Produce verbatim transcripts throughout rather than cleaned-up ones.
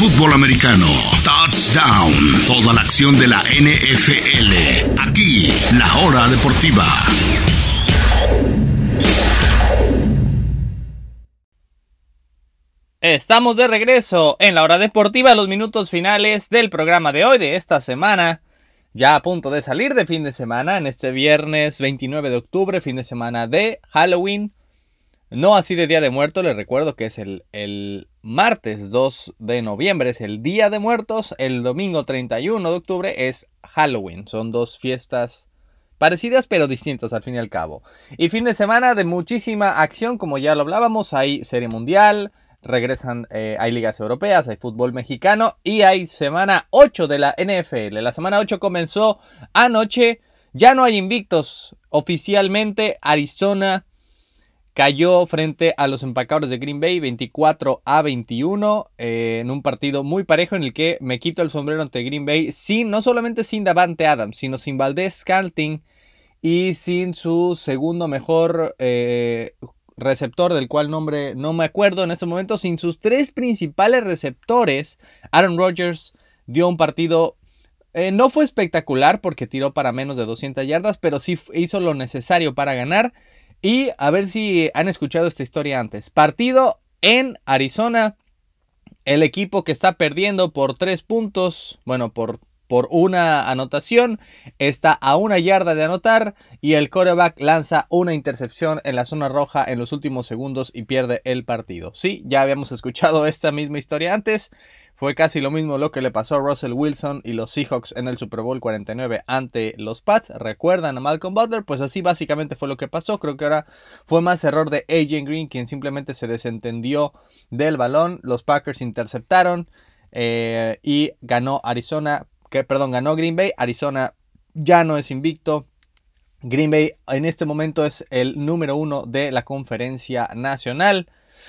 fútbol americano. Touchdown. Toda la acción de la N F L. Aquí, La Hora Deportiva. Estamos de regreso en La Hora Deportiva, los minutos finales del programa de hoy, de esta semana. Ya a punto de salir de fin de semana, en este viernes veintinueve de octubre, fin de semana de Halloween. No así de Día de Muertos, les recuerdo que es el, el martes dos de noviembre, es el Día de Muertos. El domingo treinta y uno de octubre es Halloween. Son dos fiestas parecidas pero distintas al fin y al cabo. Y fin de semana de muchísima acción, como ya lo hablábamos. Hay Serie Mundial, regresan, eh, hay ligas europeas, hay fútbol mexicano y hay semana ocho de la N F L. La semana ocho comenzó anoche, ya no hay invictos oficialmente. Arizona cayó frente a los empacadores de Green Bay veinticuatro a veintiuno eh, en un partido muy parejo en el que me quito el sombrero ante Green Bay, sin, no solamente sin Davante Adams, sino sin Valdez-Scantling y sin su segundo mejor eh, receptor, del cual nombre no me acuerdo en este momento. Sin sus tres principales receptores, Aaron Rodgers dio un partido, eh, no fue espectacular porque tiró para menos de doscientas yardas, pero sí hizo lo necesario para ganar. Y a ver si han escuchado esta historia antes. Partido en Arizona, el equipo que está perdiendo por tres puntos, bueno, por... por una anotación, está a una yarda de anotar y el quarterback lanza una intercepción en la zona roja en los últimos segundos y pierde el partido. Sí, ya habíamos escuchado esta misma historia antes. Fue casi lo mismo lo que le pasó a Russell Wilson y los Seahawks en el Super Bowl cuarenta y nueve ante los Pats. ¿Recuerdan a Malcolm Butler? Pues así básicamente fue lo que pasó. Creo que ahora fue más error de A J Green, quien simplemente se desentendió del balón. Los Packers interceptaron eh, y ganó Arizona. Que, perdón, ganó Green Bay. Arizona ya no es invicto. Green Bay en este momento es el número uno de la conferencia nacional.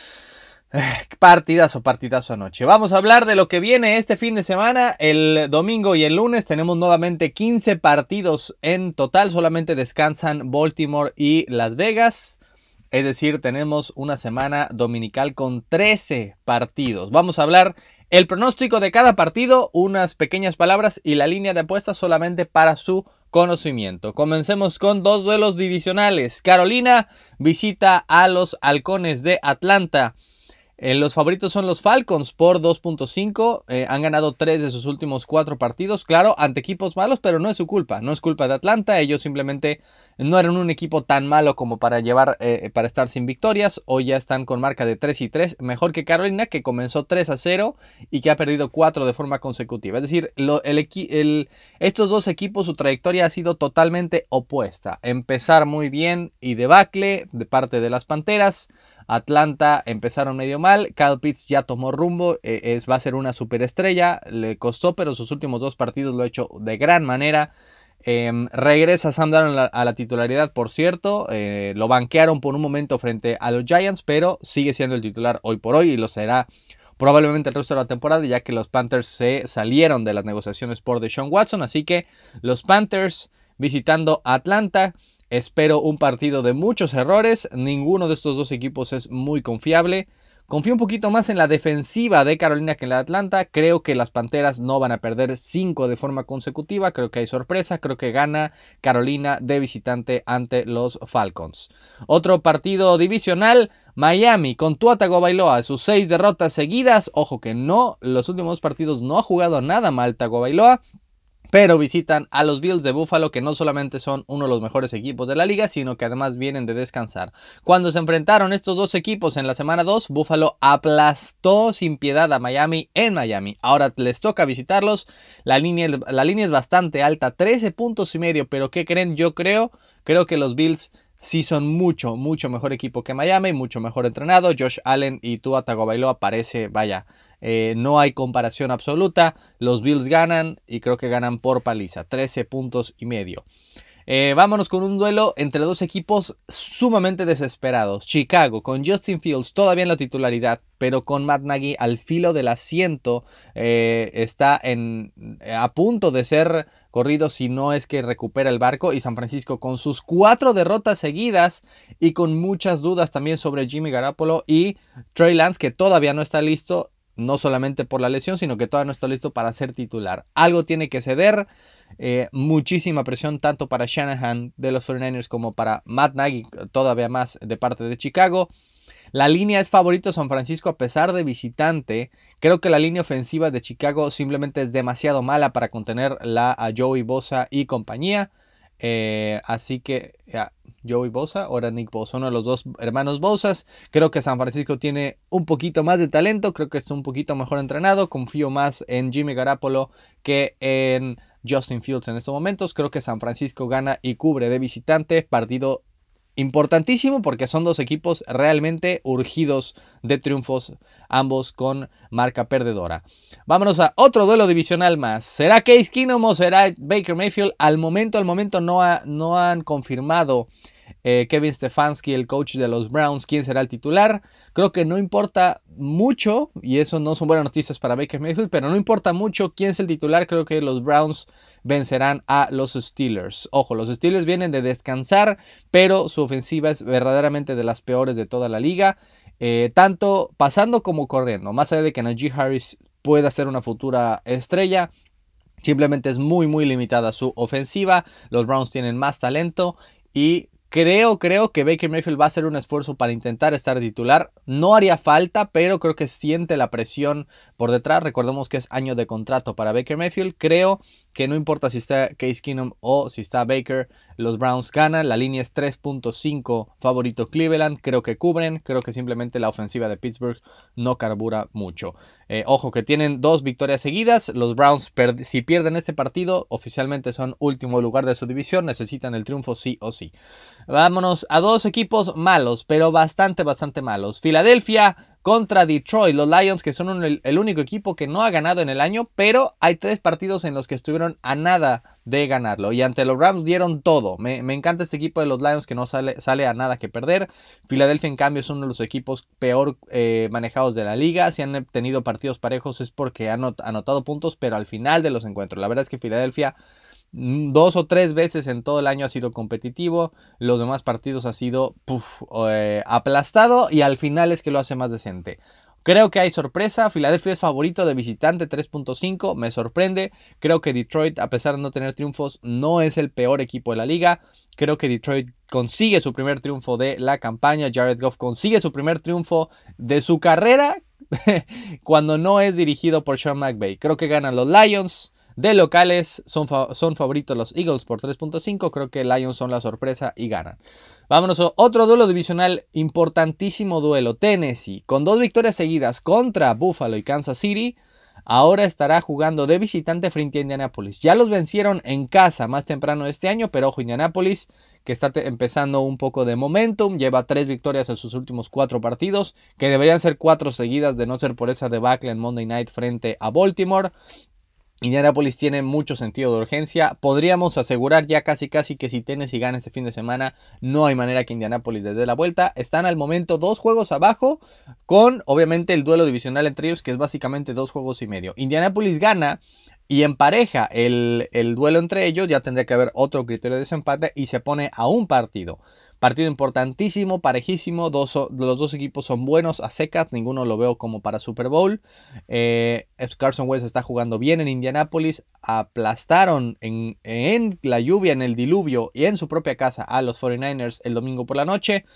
Partidazo, partidazo anoche. Vamos a hablar de lo que viene este fin de semana. El domingo y el lunes tenemos nuevamente quince partidos en total. Solamente descansan Baltimore y Las Vegas. Es decir, tenemos una semana dominical con trece partidos. Vamos a hablar el pronóstico de cada partido, unas pequeñas palabras y la línea de apuestas solamente para su conocimiento. Comencemos con dos duelos divisionales. Carolina visita a los Halcones de Atlanta. Eh, los favoritos son los Falcons por dos punto cinco. Eh, han ganado tres de sus últimos cuatro partidos. Claro, ante equipos malos, pero no es su culpa. No es culpa de Atlanta. Ellos simplemente no eran un equipo tan malo como para llevar, eh, para estar sin victorias. Hoy ya están con marca de tres y tres. Mejor que Carolina, que comenzó tres a cero y que ha perdido cuatro de forma consecutiva. Es decir, lo, el, el, estos dos equipos, su trayectoria ha sido totalmente opuesta. Empezar muy bien y debacle de parte de las Panteras. Atlanta empezaron medio mal. Kyle Pitts ya tomó rumbo. Eh, es, va a ser una superestrella. Le costó, pero sus últimos dos partidos lo ha hecho de gran manera. Eh, regresa Sam Darnold a la, a la titularidad, por cierto. Eh, lo banquearon por un momento frente a los Giants, pero sigue siendo el titular hoy por hoy y lo será probablemente el resto de la temporada, ya que los Panthers se salieron de las negociaciones por Deshaun Watson. Así que los Panthers visitando a Atlanta. Espero un partido de muchos errores. Ninguno de estos dos equipos es muy confiable. Confío un poquito más en la defensiva de Carolina que en la de Atlanta. Creo que las Panteras no van a perder cinco de forma consecutiva. Creo que hay sorpresa. Creo que gana Carolina de visitante ante los Falcons. Otro partido divisional. Miami con Tua Tagovailoa. Sus seis derrotas seguidas. Ojo que no, los últimos partidos no ha jugado nada mal Tagovailoa. Pero visitan a los Bills de Buffalo, que no solamente son uno de los mejores equipos de la liga, sino que además vienen de descansar. Cuando se enfrentaron estos dos equipos en la semana dos, Buffalo aplastó sin piedad a Miami en Miami. Ahora les toca visitarlos. La línea, la línea es bastante alta, trece puntos y medio. Pero ¿qué creen? Yo creo, creo que los Bills sí son mucho, mucho mejor equipo que Miami, mucho mejor entrenado. Josh Allen y Tua Tagovailoa parece, vaya, eh, no hay comparación absoluta. Los Bills ganan y creo que ganan por paliza, trece puntos y medio. Eh, vámonos con un duelo entre dos equipos sumamente desesperados. Chicago con Justin Fields todavía en la titularidad, pero con Matt Nagy al filo del asiento. Eh, está en, a punto de ser corrido si no es que recupera el barco. Y San Francisco con sus cuatro derrotas seguidas y con muchas dudas también sobre Jimmy Garoppolo y Trey Lance, que todavía no está listo. no solamente por la lesión, sino que todavía no está listo para ser titular. Algo tiene que ceder, eh, muchísima presión tanto para Shanahan de los cuarenta y nueve ers como para Matt Nagy, todavía más de parte de Chicago. La línea es favorito San Francisco a pesar de visitante. Creo que la línea ofensiva de Chicago simplemente es demasiado mala para contener la, a Joey Bosa y compañía. Eh, así que ya, Joey Bosa o era Nick Bosa, uno de los dos hermanos Bosas. Creo que San Francisco tiene un poquito más de talento, creo que es un poquito mejor entrenado. Confío más en Jimmy Garoppolo que en Justin Fields en estos momentos. Creo que San Francisco gana y cubre de visitante. Partido importantísimo porque son dos equipos realmente urgidos de triunfos, ambos con marca perdedora. Vámonos a otro duelo divisional más. ¿Será Case Keenum o será Baker Mayfield? Al momento, al momento no, ha, no han confirmado eh, Kevin Stefanski, el coach de los Browns, quién será el titular. Creo que no importa mucho, y eso no son buenas noticias para Baker Mayfield, pero no importa mucho quién es el titular. Creo que los Browns vencerán a los Steelers. Ojo, los Steelers vienen de descansar, pero su ofensiva es verdaderamente de las peores de toda la liga, eh, tanto pasando como corriendo. Más allá de que Najee Harris pueda ser una futura estrella, simplemente es muy muy limitada su ofensiva. Los Browns tienen más talento y Creo, creo que Baker Mayfield va a hacer un esfuerzo para intentar estar titular. No haría falta, pero creo que siente la presión por detrás. Recordemos que es año de contrato para Baker Mayfield. Creo que no importa si está Case Keenum o si está Baker, los Browns ganan. La línea es tres punto cinco favorito Cleveland. Creo que cubren. Creo que simplemente la ofensiva de Pittsburgh no carbura mucho. Eh, ojo que tienen dos victorias seguidas. Los Browns, si pierden este partido, oficialmente son último lugar de su división. Necesitan el triunfo sí o sí. Vámonos a dos equipos malos, pero bastante, bastante malos. Filadelfia contra Detroit. Los Lions, que son un, el, el único equipo que no ha ganado en el año, pero hay tres partidos en los que estuvieron a nada de ganarlo. Y ante los Rams dieron todo. Me, me encanta este equipo de los Lions que no sale, sale a nada que perder. Filadelfia, en cambio, es uno de los equipos peor eh, manejados de la liga. Si han tenido partidos parejos es porque han anotado puntos, pero al final de los encuentros. La verdad es que Filadelfia dos o tres veces en todo el año ha sido competitivo. Los demás partidos ha sido puff, eh, aplastado y al final es que lo hace más decente. Creo que hay sorpresa. Filadelfia es favorito de visitante tres punto cinco. Me sorprende. Creo que Detroit, a pesar de no tener triunfos, no es el peor equipo de la liga. Creo que Detroit consigue su primer triunfo de la campaña. Jared Goff consigue su primer triunfo de su carrera cuando no es dirigido por Sean McVay. Creo que ganan los Lions. De locales son, fa son favoritos los Eagles por tres punto cinco. Creo que Lions son la sorpresa y ganan. Vámonos a otro duelo divisional, importantísimo duelo. Tennessee, con dos victorias seguidas contra Buffalo y Kansas City, ahora estará jugando de visitante frente a Indianapolis. Ya los vencieron en casa más temprano este año, pero ojo, Indianapolis, que está empezando un poco de momentum, lleva tres victorias en sus últimos cuatro partidos, que deberían ser cuatro seguidas de no ser por esa debacle en Monday Night frente a Baltimore. Indianapolis tiene mucho sentido de urgencia. Podríamos asegurar ya casi casi que si Tennessee gana este fin de semana, no hay manera que Indianapolis les dé la vuelta. Están al momento dos juegos abajo, con obviamente el duelo divisional entre ellos, que es básicamente dos juegos y medio. Indianapolis gana y empareja el, el duelo entre ellos. Ya tendría que haber otro criterio de desempate y se pone a un partido. Partido importantísimo, parejísimo. Dos, los dos equipos son buenos a secas. Ninguno lo veo como para Super Bowl. Eh, Carson Wentz está jugando bien en Indianapolis. Aplastaron en, en la lluvia, en el diluvio y en su propia casa a los cuarenta y nueve ers el domingo por la noche.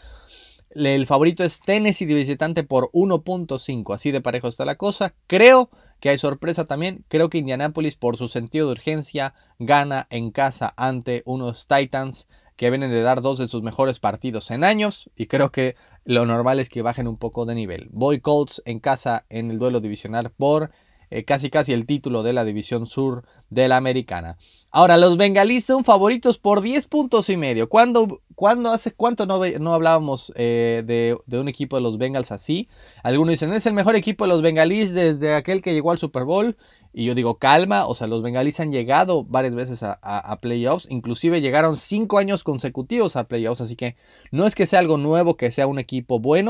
El favorito es Tennessee de visitante por uno punto cinco. Así de parejo está la cosa. Creo que hay sorpresa también. Creo que Indianapolis, por su sentido de urgencia, gana en casa ante unos Titans que vienen de dar dos de sus mejores partidos en años, y creo que lo normal es que bajen un poco de nivel. Voy Colts en casa en el duelo divisional por eh, casi casi el título de la división sur de la americana. Ahora, los bengalíes son favoritos por diez puntos y medio. ¿Cuándo, cuándo hace cuánto no, no hablábamos eh, de, de un equipo de los Bengals así? Algunos dicen, es el mejor equipo de los bengalíes desde aquel que llegó al Super Bowl. Y yo digo, calma, o sea, los bengalíes han llegado varias veces a, a, a playoffs, inclusive llegaron cinco años consecutivos a playoffs, así que no es que sea algo nuevo, que sea un equipo bueno,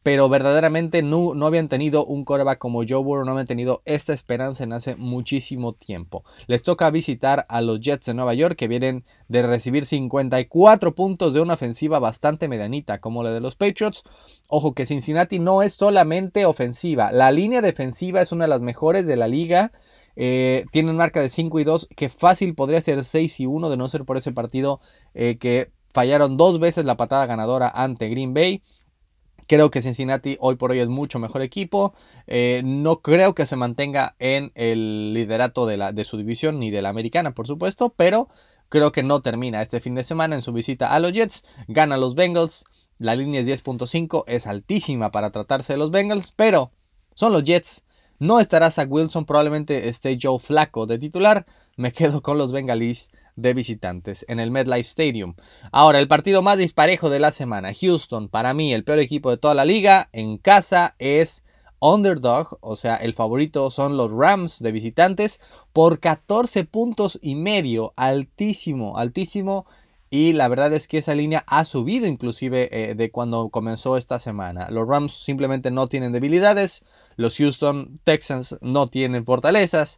pero verdaderamente no, no habían tenido un quarterback como Joe Burrow, no habían tenido esta esperanza en hace muchísimo tiempo. Les toca visitar a los Jets de Nueva York, que vienen de recibir cincuenta y cuatro puntos de una ofensiva bastante medianita como la de los Patriots. Ojo que Cincinnati no es solamente ofensiva, la línea defensiva es una de las mejores de la liga. Eh, tienen marca de cinco y dos, que fácil podría ser seis y uno de no ser por ese partido eh, que fallaron dos veces la patada ganadora ante Green Bay. Creo que Cincinnati hoy por hoy es mucho mejor equipo. Eh, no creo que se mantenga en el liderato de, la, de su división ni de la americana, por supuesto, pero creo que no termina este fin de semana en su visita a los Jets. Gana los Bengals. La línea es diez punto cinco, es altísima para tratarse de los Bengals, pero son los Jets. No estará Zach Wilson, probablemente esté Joe Flacco de titular. Me quedo con los Bengalíes de visitantes en el MetLife Stadium. Ahora, el partido más disparejo de la semana. Houston, para mí el peor equipo de toda la liga, en casa es underdog, o sea, el favorito son los Rams de visitantes por catorce puntos y medio, altísimo, altísimo. Y la verdad es que esa línea ha subido inclusive eh, de cuando comenzó esta semana. Los Rams simplemente no tienen debilidades. Los Houston Texans no tienen fortalezas.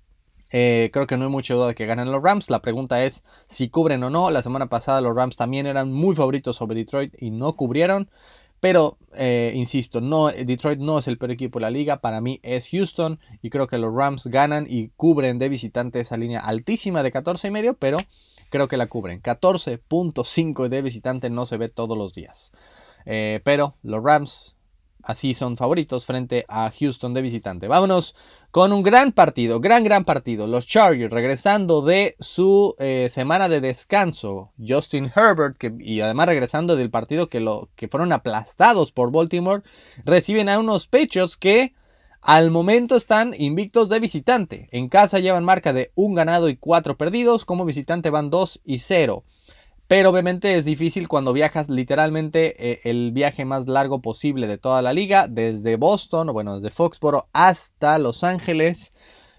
Eh, creo que no hay mucha duda de que ganan los Rams. La pregunta es si cubren o no. La semana pasada los Rams también eran muy favoritos sobre Detroit y no cubrieron. Pero, eh, insisto, no, Detroit no es el peor equipo de la liga. Para mí es Houston. Y creo que los Rams ganan y cubren de visitante esa línea altísima de catorce y medio. Pero creo que la cubren. catorce punto cinco de visitante no se ve todos los días. Eh, pero los Rams así son favoritos frente a Houston de visitante. Vámonos con un gran partido, gran, gran partido. Los Chargers regresando de su eh, semana de descanso. Justin Herbert, que, y además regresando del partido que, lo, que fueron aplastados por Baltimore, reciben a unos Patriots que al momento están invictos de visitante. En casa llevan marca de un ganado y cuatro perdidos. Como visitante van dos y cero. Pero obviamente es difícil cuando viajas literalmente eh, el viaje más largo posible de toda la liga. Desde Boston, o bueno, desde Foxborough hasta Los Ángeles.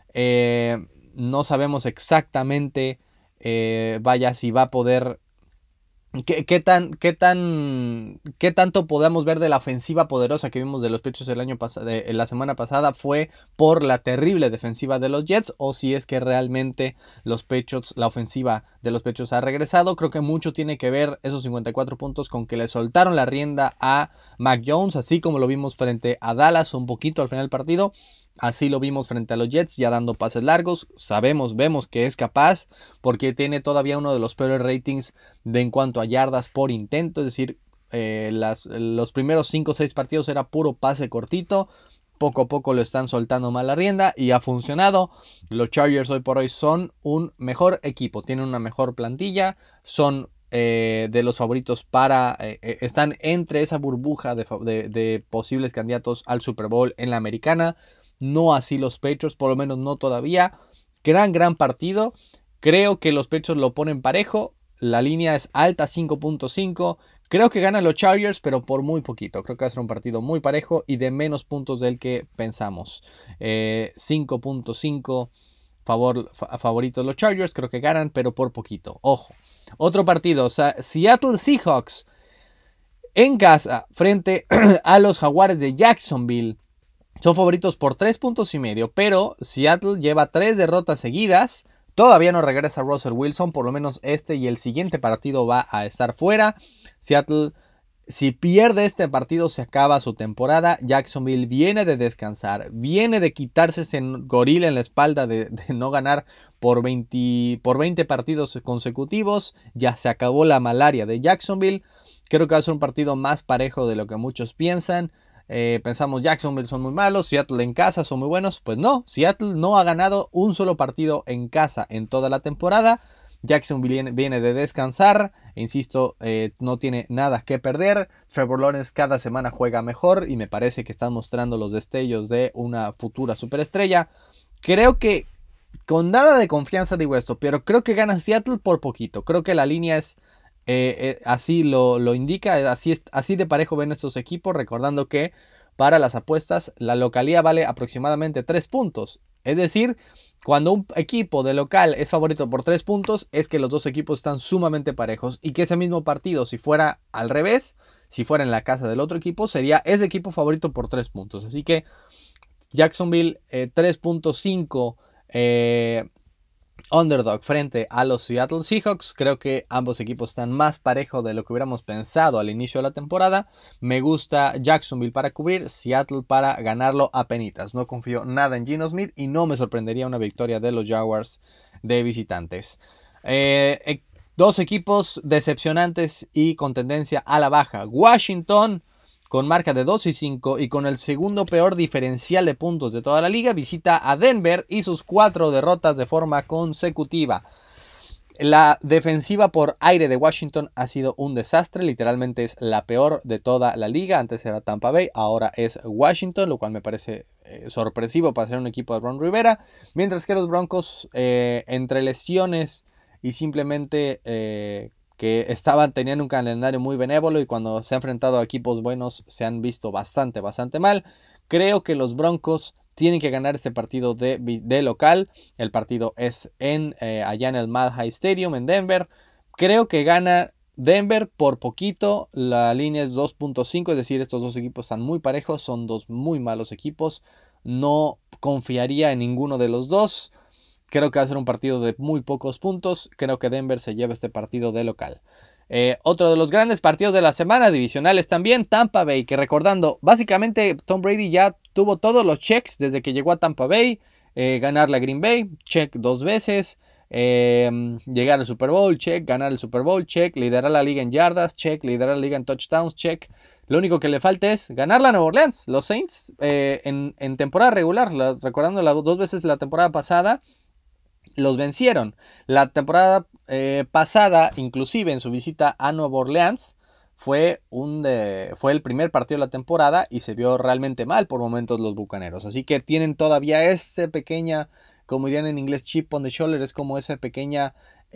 Eh, no sabemos exactamente, eh, vaya, si va a poder... ¿Qué, qué, tan, qué, tan, ¿Qué tanto podemos ver de la ofensiva poderosa que vimos de los Patriots el año pasado, de, la semana pasada fue por la terrible defensiva de los Jets, o si es que realmente los Patriots, la ofensiva de los Patriots ha regresado? Creo que mucho tiene que ver esos cincuenta y cuatro puntos con que le soltaron la rienda a Mac Jones, así como lo vimos frente a Dallas un poquito al final del partido. Así lo vimos frente a los Jets, ya dando pases largos. Sabemos, vemos que es capaz, porque tiene todavía uno de los peores ratings de en cuanto a yardas por intento. Es decir, eh, las, los primeros cinco o seis partidos era puro pase cortito. Poco a poco lo están soltando más la rienda y ha funcionado. Los Chargers hoy por hoy son un mejor equipo, tienen una mejor plantilla, son eh, de los favoritos para... Eh, están entre esa burbuja de, de, de posibles candidatos al Super Bowl en la americana. No así los Patriots, por lo menos no todavía. Gran, gran partido. Creo que los Patriots lo ponen parejo. La línea es alta, cinco punto cinco. Creo que ganan los Chargers, pero por muy poquito. Creo que va a ser un partido muy parejo y de menos puntos del que pensamos. Eh, cinco punto cinco favor, fa favoritos los Chargers. Creo que ganan, pero por poquito. Ojo. Otro partido. O sea, Seattle Seahawks en casa frente a los Jaguares de Jacksonville. Son favoritos por tres puntos y medio, pero Seattle lleva tres derrotas seguidas. Todavía no regresa Russell Wilson, por lo menos este y el siguiente partido va a estar fuera. Seattle, si pierde este partido, se acaba su temporada. Jacksonville viene de descansar, viene de quitarse ese gorila en la espalda de, de no ganar por veinte, por veinte partidos consecutivos. Ya se acabó la malaria de Jacksonville. Creo que va a ser un partido más parejo de lo que muchos piensan. Eh, pensamos Jacksonville son muy malos, Seattle en casa son muy buenos. Pues no, Seattle no ha ganado un solo partido en casa en toda la temporada. Jacksonville viene, viene de descansar, e insisto, eh, no tiene nada que perder. Trevor Lawrence cada semana juega mejor y me parece que están mostrando los destellos de una futura superestrella. Creo que con nada de confianza digo esto, pero creo que gana Seattle por poquito. Creo que la línea es Eh, eh, así lo, lo indica, así, es, así de parejo ven estos equipos, recordando que para las apuestas la localía vale aproximadamente tres puntos. Es decir, cuando un equipo de local es favorito por tres puntos, es que los dos equipos están sumamente parejos y que ese mismo partido, si fuera al revés, si fuera en la casa del otro equipo, sería ese equipo favorito por tres puntos. Así que Jacksonville eh, tres punto cinco eh, underdog frente a los Seattle Seahawks. Creo que ambos equipos están más parejos de lo que hubiéramos pensado al inicio de la temporada. Me gusta Jacksonville para cubrir, Seattle para ganarlo a penitas. No confío nada en Geno Smith y no me sorprendería una victoria de los Jaguars de visitantes. Eh, dos equipos decepcionantes y con tendencia a la baja. Washington, con marca de dos y cinco y con el segundo peor diferencial de puntos de toda la liga, visita a Denver y sus cuatro derrotas de forma consecutiva. La defensiva por aire de Washington ha sido un desastre, literalmente es la peor de toda la liga. Antes era Tampa Bay, ahora es Washington, lo cual me parece eh, sorpresivo para ser un equipo de Ron Rivera. Mientras que los Broncos, eh, entre lesiones y simplemente... Eh, que estaban teniendo un calendario muy benévolo y cuando se han enfrentado a equipos buenos se han visto bastante, bastante mal. Creo que los Broncos tienen que ganar este partido de, de local. El partido es en eh, allá en el Mile High Stadium en Denver. Creo que gana Denver por poquito. La línea es dos punto cinco, es decir, estos dos equipos están muy parejos. Son dos muy malos equipos. No confiaría en ninguno de los dos. Creo que va a ser un partido de muy pocos puntos. Creo que Denver se lleva este partido de local. Eh, otro de los grandes partidos de la semana, divisionales también, Tampa Bay, que recordando, básicamente Tom Brady ya tuvo todos los checks desde que llegó a Tampa Bay. Eh, ganarle a Green Bay, check dos veces. Eh, llegar al Super Bowl, check. Ganar el Super Bowl, check. Liderar la liga en yardas, check. Liderar la liga en touchdowns, check. Lo único que le falta es ganar la Nueva Orleans. Los Saints eh, en, en temporada regular, la, recordando las dos veces la temporada pasada, los vencieron. La temporada eh, pasada, inclusive en su visita a Nueva Orleans, fue, un de, fue el primer partido de la temporada y se vio realmente mal por momentos los Bucaneros. Así que tienen todavía esa pequeña, como dirían en inglés, chip on the shoulder, es como esa pequeña,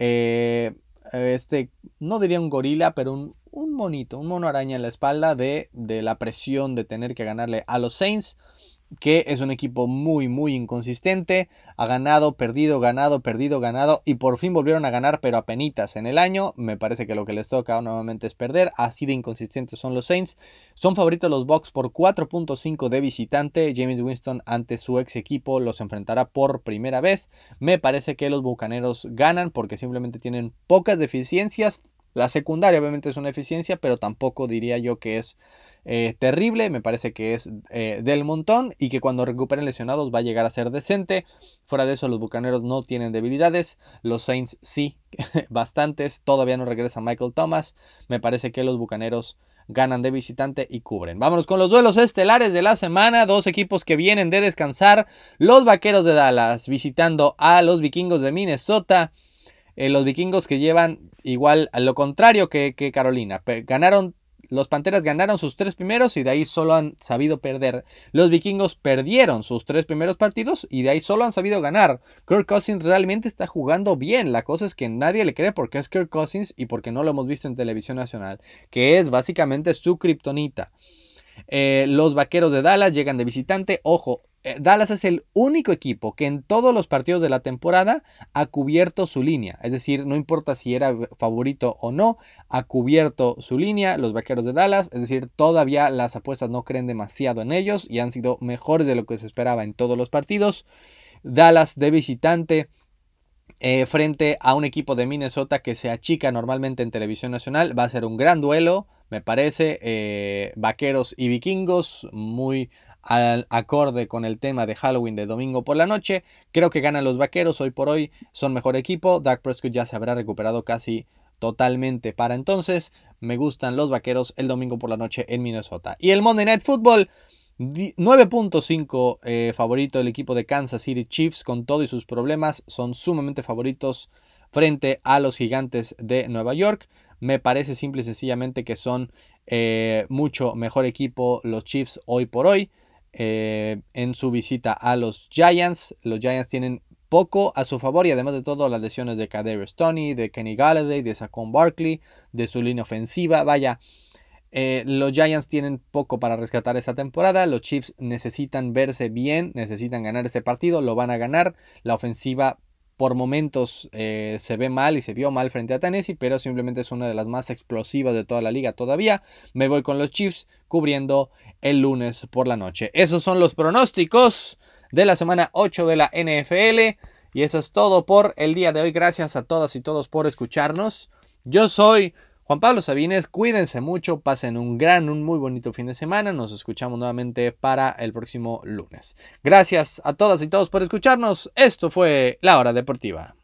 eh, este, no diría un gorila, pero un, un monito, un mono araña en la espalda de, de la presión de tener que ganarle a los Saints, que es un equipo muy muy inconsistente, ha ganado, perdido, ganado, perdido, ganado y por fin volvieron a ganar pero a penitas en el año. Me parece que lo que les toca nuevamente es perder, así de inconsistentes son los Saints. Son favoritos los Bucs por cuatro punto cinco de visitante. Jameis Winston ante su ex equipo los enfrentará por primera vez. Me parece que los Bucaneros ganan porque simplemente tienen pocas deficiencias. La secundaria obviamente es una eficiencia, pero tampoco diría yo que es eh, terrible. Me parece que es eh, del montón y que cuando recuperen lesionados va a llegar a ser decente. Fuera de eso, los Bucaneros no tienen debilidades. Los Saints sí, bastantes. Todavía no regresa Michael Thomas. Me parece que los Bucaneros ganan de visitante y cubren. Vámonos con los duelos estelares de la semana. Dos equipos que vienen de descansar. Los Vaqueros de Dallas visitando a los Vikingos de Minnesota. Eh, los Vikingos que llevan igual a lo contrario que, que Carolina. Ganaron, los Panteras ganaron sus tres primeros y de ahí solo han sabido perder. Los Vikingos perdieron sus tres primeros partidos y de ahí solo han sabido ganar. Kirk Cousins realmente está jugando bien. La cosa es que nadie le cree porque es Kirk Cousins y porque no lo hemos visto en televisión nacional, que es básicamente su kriptonita. Eh, los Vaqueros de Dallas llegan de visitante. Ojo, eh, Dallas es el único equipo que en todos los partidos de la temporada ha cubierto su línea. Es decir, no importa si era favorito o no, ha cubierto su línea los Vaqueros de Dallas. Es decir, todavía las apuestas no creen demasiado en ellos y han sido mejores de lo que se esperaba en todos los partidos. Dallas de visitante. Eh, frente a un equipo de Minnesota que se achica normalmente en televisión nacional. Va a ser un gran duelo, me parece. Eh, vaqueros y vikingos, muy al acorde con el tema de Halloween de domingo por la noche. Creo que ganan los Vaqueros, hoy por hoy son mejor equipo. Dak Prescott ya se habrá recuperado casi totalmente para entonces. Me gustan los Vaqueros el domingo por la noche en Minnesota. Y el Monday Night Football, nueve punto cinco eh, favorito el equipo de Kansas City Chiefs, con todo y sus problemas son sumamente favoritos frente a los Gigantes de Nueva York. Me parece simple y sencillamente que son eh, mucho mejor equipo los Chiefs hoy por hoy eh, en su visita a los Giants. Los Giants tienen poco a su favor y además de todo las lesiones de Kadarius Toney, de Kenny Galladay, de Saquon Barkley, de su línea ofensiva. Vaya, Eh, los Giants tienen poco para rescatar esta temporada. Los Chiefs necesitan verse bien, necesitan ganar este partido, lo van a ganar. La ofensiva por momentos eh, se ve mal y se vio mal frente a Tennessee, pero simplemente es una de las más explosivas de toda la liga todavía. Me voy con los Chiefs cubriendo el lunes por la noche. Esos son los pronósticos de la semana ocho de la N F L. Y eso es todo por el día de hoy. Gracias a todas y todos por escucharnos. Yo soy Juan Pablo Sabines. Cuídense mucho. Pasen un gran, un muy bonito fin de semana. Nos escuchamos nuevamente para el próximo lunes. Gracias a todas y todos por escucharnos. Esto fue La Hora Deportiva.